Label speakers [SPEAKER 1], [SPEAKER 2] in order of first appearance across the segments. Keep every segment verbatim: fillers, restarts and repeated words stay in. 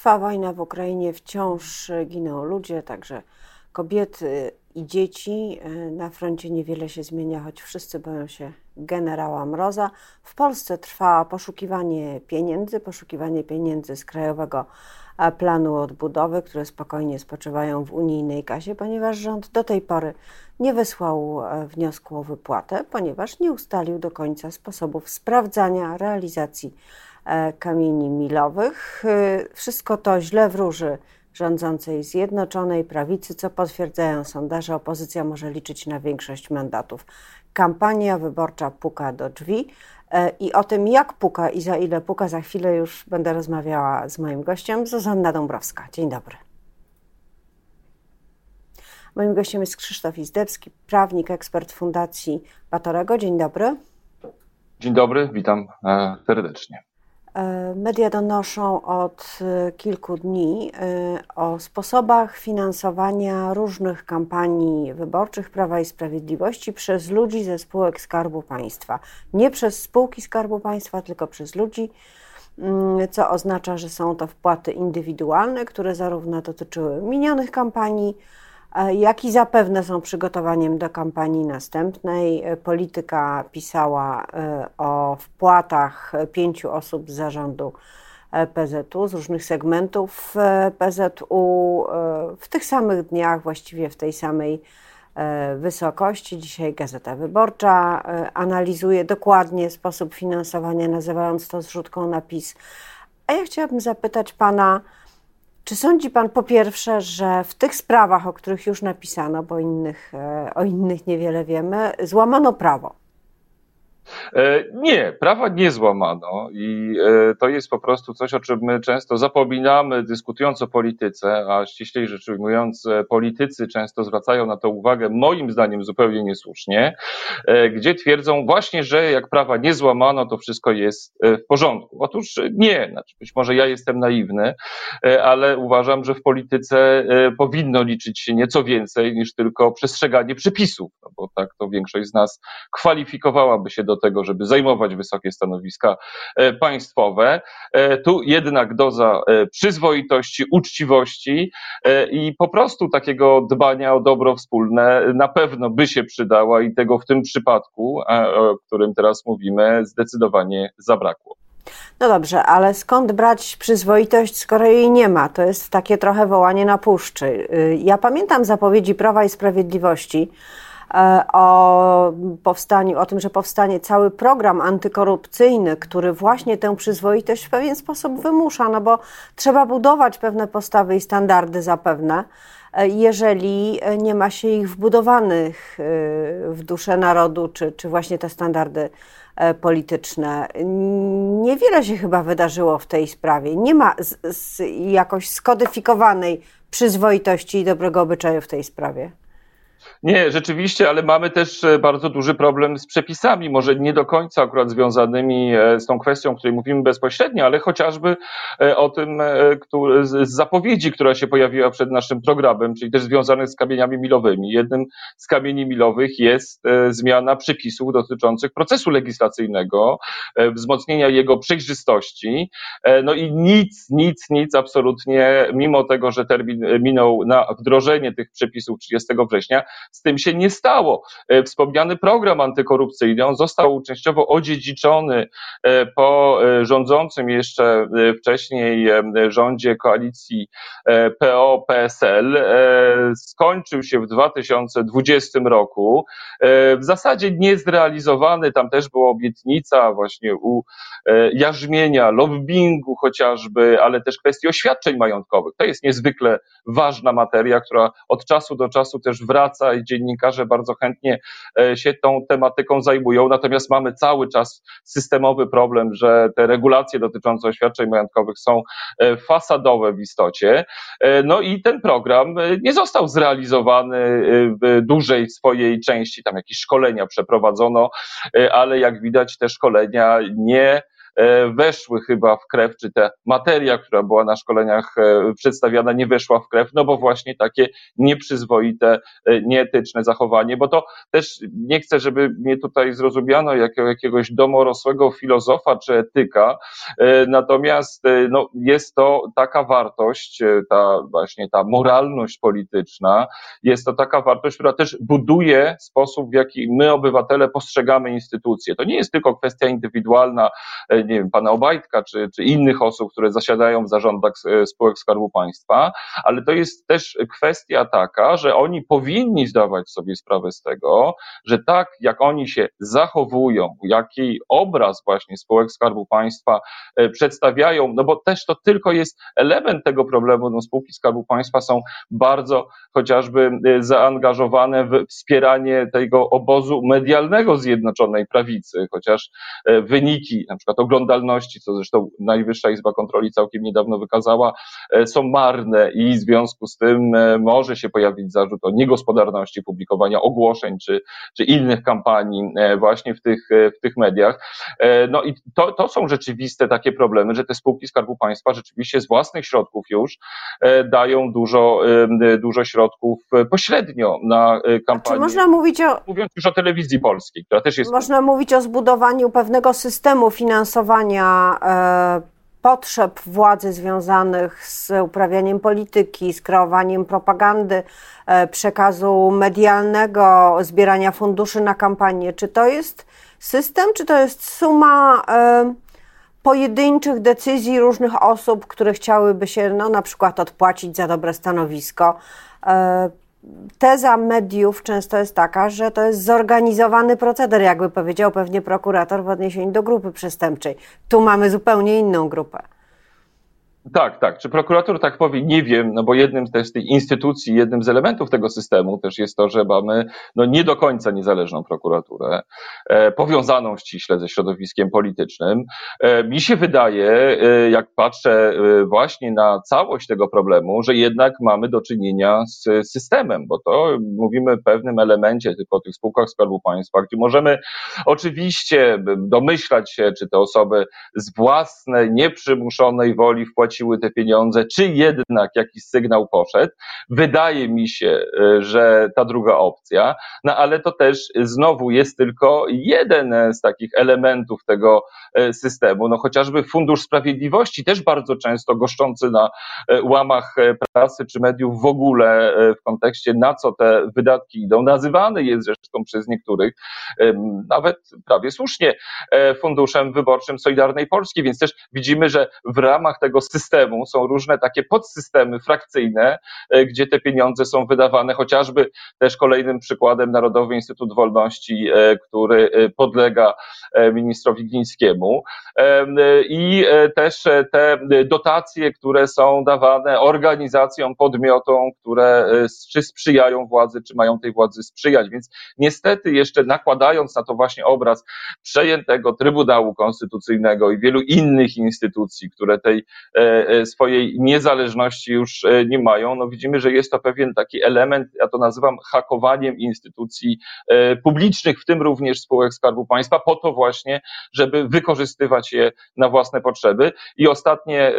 [SPEAKER 1] Trwa wojna w Ukrainie, wciąż giną ludzie, także kobiety i dzieci. Na froncie niewiele się zmienia, choć wszyscy boją się generała Mroza. W Polsce trwa poszukiwanie pieniędzy, poszukiwanie pieniędzy z Krajowego Planu Odbudowy, które spokojnie spoczywają w unijnej kasie, ponieważ rząd do tej pory nie wysłał wniosku o wypłatę, ponieważ nie ustalił do końca sposobów sprawdzania realizacji kamieni milowych. Wszystko to źle wróży rządzącej Zjednoczonej Prawicy, co potwierdzają sondaże. Opozycja może liczyć na większość mandatów. Kampania wyborcza puka do drzwi i o tym, jak puka i za ile puka, za chwilę już będę rozmawiała z moim gościem, Zuzanna Dąbrowska. Dzień dobry. Moim gościem jest Krzysztof Izdebski, prawnik, ekspert Fundacji Batorego. Dzień dobry.
[SPEAKER 2] Dzień dobry, witam serdecznie.
[SPEAKER 1] Media donoszą od kilku dni o sposobach finansowania różnych kampanii wyborczych Prawa i Sprawiedliwości przez ludzi ze spółek Skarbu Państwa. Nie przez spółki Skarbu Państwa, tylko przez ludzi, co oznacza, że są to wpłaty indywidualne, które zarówno dotyczyły minionych kampanii, jak i zapewne są przygotowaniem do kampanii następnej. Polityka pisała o wpłatach pięciu osób z zarządu P Z U, z różnych segmentów P Z U w tych samych dniach, właściwie w tej samej wysokości. Dzisiaj Gazeta Wyborcza analizuje dokładnie sposób finansowania, nazywając to zrzutką na PiS. A ja chciałabym zapytać pana, czy sądzi pan po pierwsze, że w tych sprawach, o których już napisano, bo innych, o innych niewiele wiemy, złamano prawo?
[SPEAKER 2] Nie, prawa nie złamano i to jest po prostu coś, o czym my często zapominamy, dyskutując o polityce, a ściślej rzecz ujmując, politycy często zwracają na to uwagę, moim zdaniem zupełnie niesłusznie, gdzie twierdzą właśnie, że jak prawa nie złamano, to wszystko jest w porządku. Otóż nie, znaczy być może ja jestem naiwny, ale uważam, że w polityce powinno liczyć się nieco więcej niż tylko przestrzeganie przepisów, no bo tak to większość z nas kwalifikowałaby się do tego, żeby zajmować wysokie stanowiska państwowe. Tu jednak doza przyzwoitości, uczciwości i po prostu takiego dbania o dobro wspólne na pewno by się przydała i tego w tym przypadku, o którym teraz mówimy, zdecydowanie zabrakło.
[SPEAKER 1] No dobrze, ale skąd brać przyzwoitość, skoro jej nie ma? To jest takie trochę wołanie na puszczy. Ja pamiętam zapowiedzi Prawa i Sprawiedliwości o powstaniu, o tym, że powstanie cały program antykorupcyjny, który właśnie tę przyzwoitość w pewien sposób wymusza, no bo trzeba budować pewne postawy i standardy zapewne, jeżeli nie ma się ich wbudowanych w duszę narodu, czy, czy właśnie te standardy polityczne. Niewiele się chyba wydarzyło w tej sprawie. Nie ma z, z jakoś skodyfikowanej przyzwoitości i dobrego obyczaju w tej sprawie.
[SPEAKER 2] Nie, rzeczywiście, ale mamy też bardzo duży problem z przepisami, może nie do końca akurat związanymi z tą kwestią, o której mówimy bezpośrednio, ale chociażby o tym, z zapowiedzi, która się pojawiła przed naszym programem, czyli też związanych z kamieniami milowymi. Jednym z kamieni milowych jest zmiana przepisów dotyczących procesu legislacyjnego, wzmocnienia jego przejrzystości. No i nic, nic, nic absolutnie, mimo tego, że termin minął na wdrożenie tych przepisów trzydziestego września, z tym się nie stało. Wspomniany program antykorupcyjny, on został częściowo odziedziczony po rządzącym jeszcze wcześniej rządzie koalicji P O P S L. Skończył się w dwa tysiące dwudziestym roku. W zasadzie niezrealizowany, tam też była obietnica właśnie u jarzmienia, lobbingu chociażby, ale też kwestii oświadczeń majątkowych. To jest niezwykle ważna materia, która od czasu do czasu też wraca i dziennikarze bardzo chętnie się tą tematyką zajmują, natomiast mamy cały czas systemowy problem, że te regulacje dotyczące oświadczeń majątkowych są fasadowe w istocie. No i ten program nie został zrealizowany w dużej swojej części, tam jakieś szkolenia przeprowadzono, ale jak widać te szkolenia nie weszły chyba w krew, czy ta materia, która była na szkoleniach przedstawiana, nie weszła w krew, no bo właśnie takie nieprzyzwoite, nieetyczne zachowanie, bo to też nie chcę, żeby mnie tutaj zrozumiano jako jakiegoś domorosłego filozofa czy etyka, natomiast no, jest to taka wartość, ta właśnie ta moralność polityczna, jest to taka wartość, która też buduje sposób, w jaki my, obywatele, postrzegamy instytucje. To nie jest tylko kwestia indywidualna, nie wiem, pana Obajtka czy, czy innych osób, które zasiadają w zarządach spółek Skarbu Państwa, ale to jest też kwestia taka, że oni powinni zdawać sobie sprawę z tego, że tak jak oni się zachowują, jaki obraz właśnie spółek Skarbu Państwa przedstawiają, no bo też to tylko jest element tego problemu, no spółki Skarbu Państwa są bardzo chociażby zaangażowane w wspieranie tego obozu medialnego Zjednoczonej Prawicy, chociaż wyniki na przykład oglądalności, co zresztą Najwyższa Izba Kontroli całkiem niedawno wykazała, są marne i w związku z tym może się pojawić zarzut o niegospodarności publikowania ogłoszeń czy, czy innych kampanii właśnie w tych, w tych mediach. No i to, to są rzeczywiste takie problemy, że te spółki Skarbu Państwa rzeczywiście z własnych środków już dają dużo, dużo środków pośrednio na kampanię.
[SPEAKER 1] Czy można mówić o...
[SPEAKER 2] Mówiąc już o telewizji polskiej, która też jest...
[SPEAKER 1] Można mówić o zbudowaniu pewnego systemu finansowania e, potrzeb władzy związanych z uprawianiem polityki, z kreowaniem propagandy, e, przekazu medialnego, zbierania funduszy na kampanię. Czy to jest system, czy to jest suma e, pojedynczych decyzji różnych osób, które chciałyby się no, na przykład odpłacić za dobre stanowisko? E, Teza mediów często jest taka, że to jest zorganizowany proceder, jakby powiedział pewnie prokurator w odniesieniu do grupy przestępczej. Tu mamy zupełnie inną grupę.
[SPEAKER 2] Tak, tak. Czy prokurator tak powie? Nie wiem, no bo jednym z tych instytucji, jednym z elementów tego systemu też jest to, że mamy no nie do końca niezależną prokuraturę, e, powiązaną ściśle ze środowiskiem politycznym. E, mi się wydaje, e, jak patrzę e, właśnie na całość tego problemu, że jednak mamy do czynienia z systemem, bo to mówimy o pewnym elemencie, tylko o tych spółkach Skarbu Państwa, gdzie możemy oczywiście domyślać się, czy te osoby z własnej, nieprzymuszonej woli wpłaciły te pieniądze, czy jednak jakiś sygnał poszedł. Wydaje mi się, że ta druga opcja, no ale to też znowu jest tylko jeden z takich elementów tego systemu, no chociażby Fundusz Sprawiedliwości, też bardzo często goszczący na łamach prasy czy mediów w ogóle w kontekście na co te wydatki idą, nazywany jest zresztą przez niektórych nawet prawie słusznie Funduszem Wyborczym Solidarnej Polski, więc też widzimy, że w ramach tego systemu są różne takie podsystemy frakcyjne, gdzie te pieniądze są wydawane, chociażby też kolejnym przykładem Narodowy Instytut Wolności, który podlega ministrowi Glińskiemu, i też te dotacje, które są dawane organizacjom, podmiotom, które czy sprzyjają władzy, czy mają tej władzy sprzyjać, więc niestety jeszcze nakładając na to właśnie obraz przejętego Trybunału Konstytucyjnego i wielu innych instytucji, które tej swojej niezależności już nie mają, no widzimy, że jest to pewien taki element, ja to nazywam hakowaniem instytucji publicznych, w tym również spółek Skarbu Państwa, po to właśnie, żeby wykorzystywać je na własne potrzeby. I ostatnie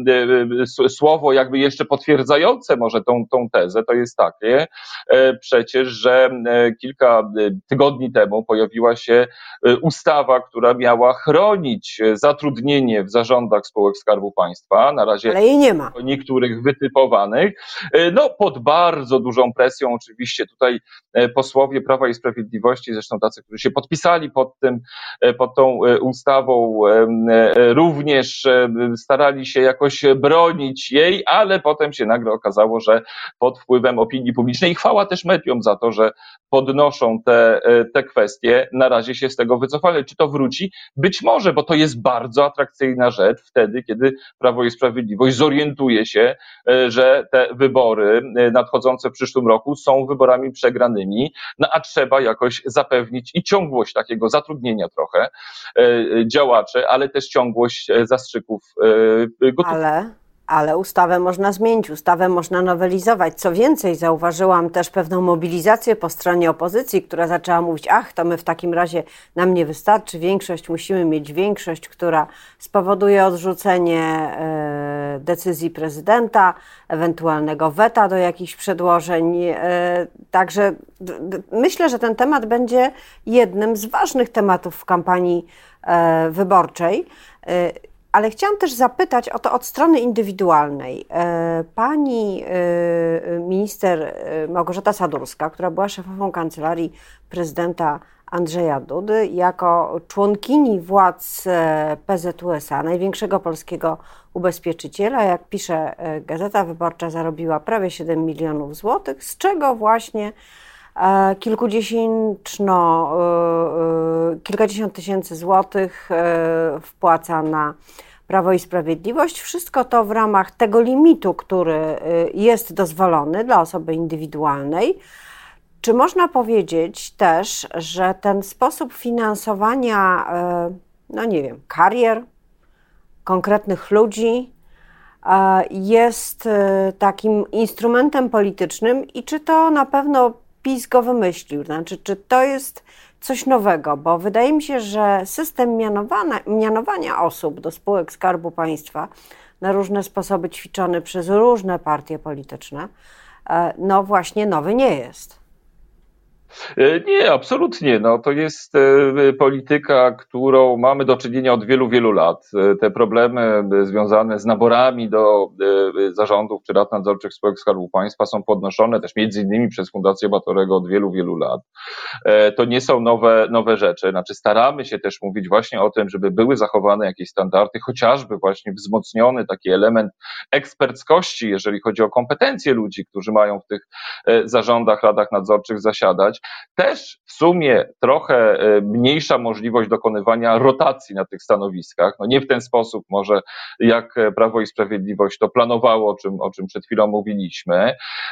[SPEAKER 2] słowo jakby jeszcze potwierdzające może tą, tą tezę, to jest takie przecież, że kilka tygodni temu pojawiła się ustawa, która miała chronić zatrudnienie w zarządach spółek Skarbu Państwa, na razie
[SPEAKER 1] ale jej nie ma.
[SPEAKER 2] Niektórych wytypowanych, no pod bardzo dużą presją oczywiście tutaj posłowie Prawa i Sprawiedliwości, zresztą tacy, którzy się podpisali pod tym, pod tą ustawą, również starali się jakoś bronić jej, ale potem się nagle okazało, że pod wpływem opinii publicznej i chwała też mediom za to, że podnoszą te, te kwestie, na razie się z tego wycofali. Czy to wróci? Być może, bo to jest bardzo atrakcyjna rzecz wtedy, kiedy Prawo i Sprawiedliwość zorientuje się, że te wybory nadchodzące w przyszłym roku są wyborami przegranymi, no a trzeba jakoś zapewnić i ciągłość takiego zatrudnienia trochę działaczy, ale też ciągłość zastrzyków gotówki.
[SPEAKER 1] Ale Ale ustawę można zmienić, ustawę można nowelizować. Co więcej, zauważyłam też pewną mobilizację po stronie opozycji, która zaczęła mówić, ach, to my w takim razie nam nie wystarczy większość, musimy mieć większość, która spowoduje odrzucenie e, decyzji prezydenta, ewentualnego weta do jakichś przedłożeń. E, także d, d, myślę, że ten temat będzie jednym z ważnych tematów w kampanii e, wyborczej. E, Ale chciałam też zapytać o to od strony indywidualnej. Pani minister Małgorzata Sadurska, która była szefową kancelarii prezydenta Andrzeja Dudy, jako członkini władz P Z U S A, największego polskiego ubezpieczyciela, jak pisze Gazeta Wyborcza, zarobiła prawie siedem milionów złotych, z czego właśnie kilkudziesięczno, kilkadziesiąt tysięcy złotych wpłaca na Prawo i Sprawiedliwość. Wszystko to w ramach tego limitu, który jest dozwolony dla osoby indywidualnej. Czy można powiedzieć też, że ten sposób finansowania, no nie wiem, karier konkretnych ludzi jest takim instrumentem politycznym i czy to na pewno PiS go wymyślił? Znaczy, czy to jest coś nowego? Bo wydaje mi się, że system mianowania, mianowania osób do spółek Skarbu Państwa na różne sposoby ćwiczony przez różne partie polityczne, no właśnie nowy nie jest.
[SPEAKER 2] Nie, absolutnie. No, to jest polityka, którą mamy do czynienia od wielu, wielu lat. Te problemy związane z naborami do zarządów czy rad nadzorczych spółek Skarbu Państwa są podnoszone też między innymi przez Fundację Batorego od wielu, wielu lat. To nie są nowe, nowe rzeczy. Znaczy staramy się też mówić właśnie o tym, żeby były zachowane jakieś standardy, chociażby właśnie wzmocniony taki element eksperckości, jeżeli chodzi o kompetencje ludzi, którzy mają w tych zarządach, radach nadzorczych zasiadać. Też w sumie trochę mniejsza możliwość dokonywania rotacji na tych stanowiskach. No nie w ten sposób może jak Prawo i Sprawiedliwość to planowało, o czym, o czym przed chwilą mówiliśmy.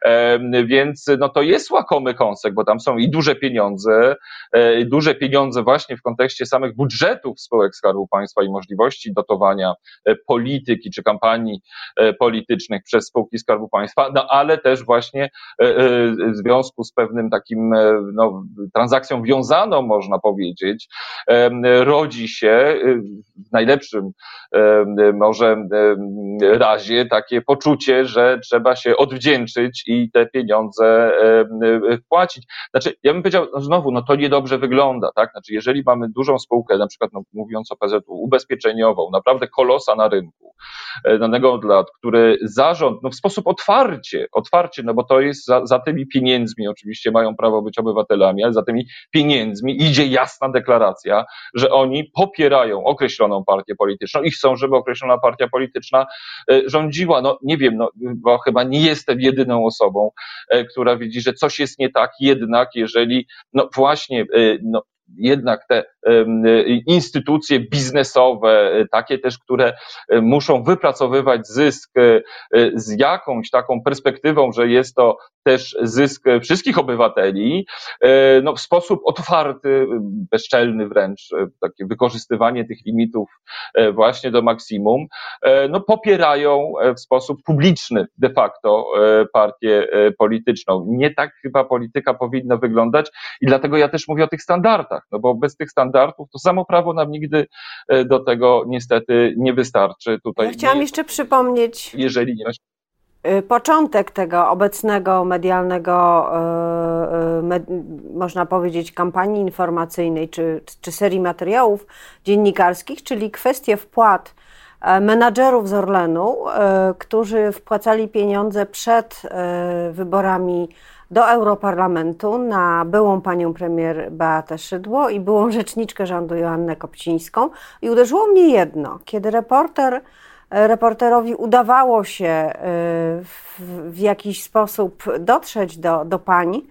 [SPEAKER 2] Więc no to jest łakomy kąsek, bo tam są i duże pieniądze, i duże pieniądze właśnie w kontekście samych budżetów spółek Skarbu Państwa i możliwości dotowania polityki czy kampanii politycznych przez spółki Skarbu Państwa, no ale też właśnie w związku z pewnym takim no, transakcją wiązaną, można powiedzieć, rodzi się w najlepszym może razie takie poczucie, że trzeba się odwdzięczyć i te pieniądze wpłacić. Znaczy, ja bym powiedział, no znowu, no to niedobrze wygląda, tak? Znaczy, jeżeli mamy dużą spółkę, na przykład no, mówiąc o P Z U, ubezpieczeniową, naprawdę kolosa na rynku, danego od lat, który zarząd, no w sposób otwarcie, otwarcie, no bo to jest za, za tymi pieniędzmi, oczywiście mają prawo być obywatelami, ale za tymi pieniędzmi idzie jasna deklaracja, że oni popierają określoną partię polityczną i chcą, żeby określona partia polityczna rządziła. No nie wiem, no bo chyba nie jestem jedyną osobą, która widzi, że coś jest nie tak, jednak jeżeli no właśnie no jednak te instytucje biznesowe, takie też, które muszą wypracowywać zysk z jakąś taką perspektywą, że jest to też zysk wszystkich obywateli, no w sposób otwarty, bezczelny wręcz, takie wykorzystywanie tych limitów właśnie do maksimum, no popierają w sposób publiczny de facto partię polityczną. Nie tak chyba polityka powinna wyglądać i dlatego ja też mówię o tych standardach, no bo bez tych standardów to samo prawo nam nigdy do tego niestety nie wystarczy. Tutaj
[SPEAKER 1] ja chciałam
[SPEAKER 2] nie,
[SPEAKER 1] jeszcze przypomnieć,
[SPEAKER 2] jeżeli nie
[SPEAKER 1] początek tego obecnego medialnego, med, można powiedzieć, kampanii informacyjnej czy, czy serii materiałów dziennikarskich, czyli kwestię wpłat menadżerów z Orlenu, którzy wpłacali pieniądze przed wyborami do Europarlamentu na byłą panią premier Beatę Szydło i byłą rzeczniczkę rządu Joannę Kopcińską. I uderzyło mnie jedno, kiedy reporter, reporterowi udawało się w, w jakiś sposób dotrzeć do, do pań,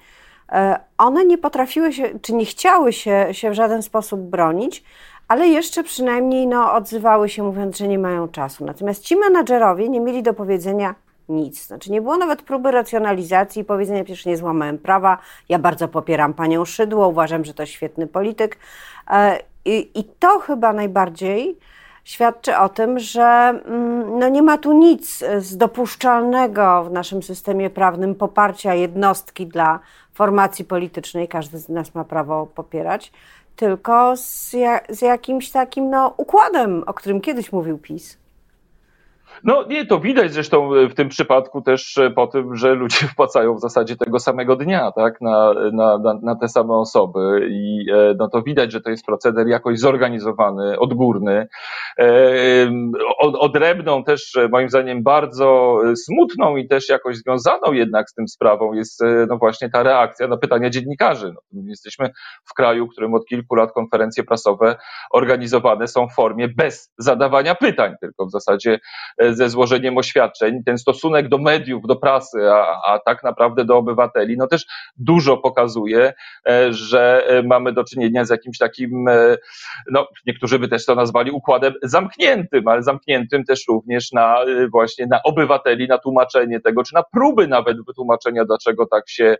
[SPEAKER 1] one nie potrafiły się, czy nie chciały się, się w żaden sposób bronić, ale jeszcze przynajmniej no, odzywały się, mówiąc, że nie mają czasu. Natomiast ci menadżerowie nie mieli do powiedzenia nic. Znaczy nie było nawet próby racjonalizacji i powiedzenia, przecież nie złamałem prawa, ja bardzo popieram panią Szydło, uważam, że to świetny polityk. I, i to chyba najbardziej świadczy o tym, że no nie ma tu nic z dopuszczalnego w naszym systemie prawnym poparcia jednostki dla formacji politycznej, każdy z nas ma prawo popierać, tylko z, ja, z jakimś takim no, układem, o którym kiedyś mówił PiS.
[SPEAKER 2] No nie, to widać zresztą w tym przypadku też po tym, że ludzie wpłacają w zasadzie tego samego dnia, tak, na, na, na, na te same osoby i no to widać, że to jest proceder jakoś zorganizowany, odgórny. Odrębną też moim zdaniem bardzo smutną i też jakoś związaną jednak z tym sprawą jest no właśnie ta reakcja na pytania dziennikarzy. No, jesteśmy w kraju, w którym od kilku lat konferencje prasowe organizowane są w formie bez zadawania pytań, tylko w zasadzie ze złożeniem oświadczeń. Ten stosunek do mediów, do prasy, a, a tak naprawdę do obywateli, no też dużo pokazuje, że mamy do czynienia z jakimś takim, no niektórzy by też to nazwali układem zamkniętym, ale zamkniętym też również na właśnie na obywateli, na tłumaczenie tego, czy na próby nawet wytłumaczenia, dlaczego tak się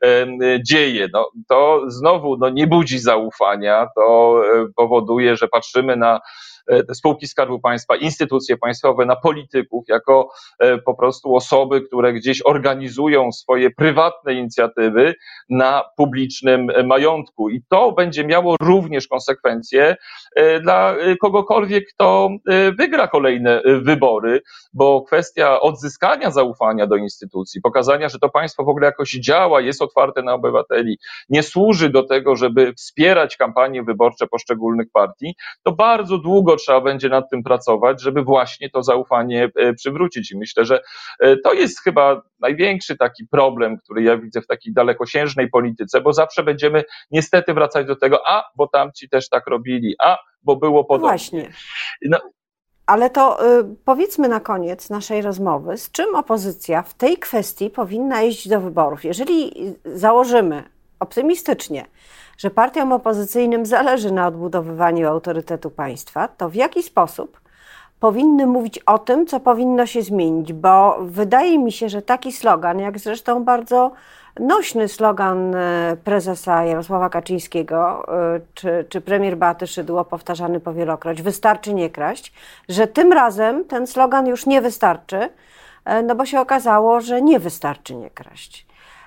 [SPEAKER 2] dzieje. No, to znowu no, nie budzi zaufania, to powoduje, że patrzymy na te spółki Skarbu Państwa, instytucje państwowe, na polityków jako po prostu osoby, które gdzieś organizują swoje prywatne inicjatywy na publicznym majątku. I to będzie miało również konsekwencje dla kogokolwiek, kto wygra kolejne wybory, bo kwestia odzyskania zaufania do instytucji, pokazania, że to państwo w ogóle jakoś działa, jest otwarte na obywateli, nie służy do tego, żeby wspierać kampanie wyborcze poszczególnych partii, to bardzo długo trzeba będzie nad tym pracować, żeby właśnie to zaufanie przywrócić. I myślę, że to jest chyba największy taki problem, który ja widzę w takiej dalekosiężnej polityce, bo zawsze będziemy niestety wracać do tego, a, bo tamci też tak robili, a, bo było podobnie.
[SPEAKER 1] No właśnie. No. Ale to y, powiedzmy na koniec naszej rozmowy, z czym opozycja w tej kwestii powinna iść do wyborów. Jeżeli założymy optymistycznie, że partiom opozycyjnym zależy na odbudowywaniu autorytetu państwa, to w jaki sposób powinny mówić o tym, co powinno się zmienić? Bo wydaje mi się, że taki slogan, jak zresztą bardzo nośny slogan prezesa Jarosława Kaczyńskiego czy, czy premier Beaty Szydło, powtarzany powielokroć, wystarczy nie kraść, że tym razem ten slogan już nie wystarczy, no bo się okazało, że nie wystarczy nie kraść.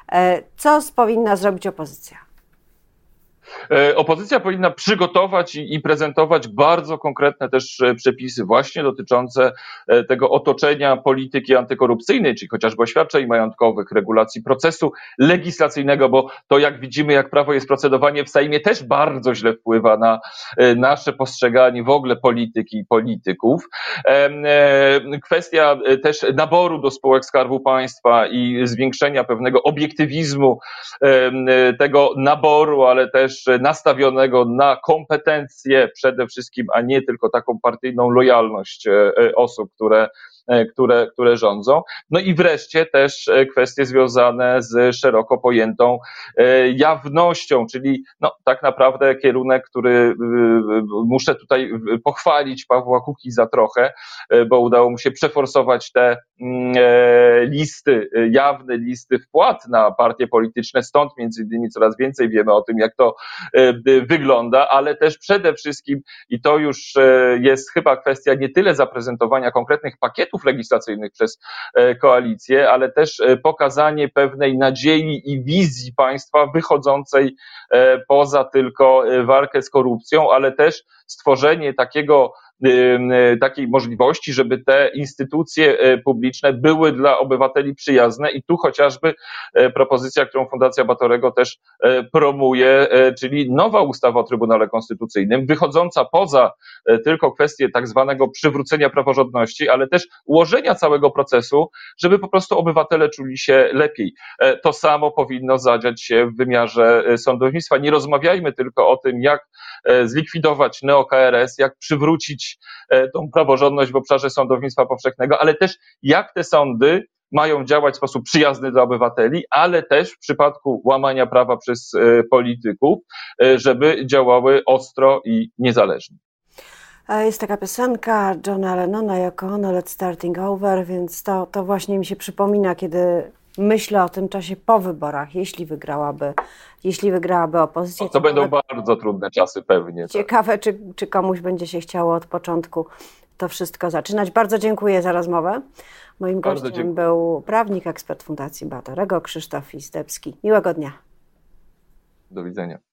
[SPEAKER 1] Co powinna zrobić opozycja?
[SPEAKER 2] Opozycja powinna przygotować i prezentować bardzo konkretne też przepisy właśnie dotyczące tego otoczenia polityki antykorupcyjnej, czyli chociażby oświadczeń majątkowych, regulacji procesu legislacyjnego, bo to jak widzimy, jak prawo jest procedowanie w Sejmie, też bardzo źle wpływa na nasze postrzeganie w ogóle polityki i polityków. Kwestia też naboru do spółek Skarbu Państwa i zwiększenia pewnego obiektywizmu tego naboru, ale też nastawionego na kompetencje przede wszystkim, a nie tylko taką partyjną lojalność osób, które Które, które rządzą. No i wreszcie też kwestie związane z szeroko pojętą jawnością, czyli no tak naprawdę kierunek, który muszę tutaj pochwalić Pawła Kukiza trochę, bo udało mu się przeforsować te listy, jawne listy wpłat na partie polityczne, stąd między innymi coraz więcej wiemy o tym, jak to wygląda, ale też przede wszystkim, i to już jest chyba kwestia nie tyle zaprezentowania konkretnych pakietów legislacyjnych przez koalicję, ale też pokazanie pewnej nadziei i wizji państwa wychodzącej poza tylko walkę z korupcją, ale też stworzenie takiego takiej możliwości, żeby te instytucje publiczne były dla obywateli przyjazne i tu chociażby propozycja, którą Fundacja Batorego też promuje, czyli nowa ustawa o Trybunale Konstytucyjnym, wychodząca poza tylko kwestię tak zwanego przywrócenia praworządności, ale też ułożenia całego procesu, żeby po prostu obywatele czuli się lepiej. To samo powinno zadziać się w wymiarze sądownictwa. Nie rozmawiajmy tylko o tym, jak zlikwidować neo-K R S, jak przywrócić tą praworządność w obszarze sądownictwa powszechnego, ale też jak te sądy mają działać w sposób przyjazny dla obywateli, ale też w przypadku łamania prawa przez polityków, żeby działały ostro i niezależnie.
[SPEAKER 1] Jest taka piosenka Johna Lennona, Yoko Ono, Let's Starting Over, więc to, to właśnie mi się przypomina, kiedy myślę o tym czasie po wyborach, jeśli wygrałaby, jeśli wygrałaby opozycja.
[SPEAKER 2] No to ciekawe, będą bardzo trudne czasy pewnie.
[SPEAKER 1] Ciekawe, tak. czy, czy komuś będzie się chciało od początku to wszystko zaczynać. Bardzo dziękuję za rozmowę. Moim bardzo gościem dziękuję. Był prawnik, ekspert Fundacji Batorego, Krzysztof Izdebski. Miłego dnia.
[SPEAKER 2] Do widzenia.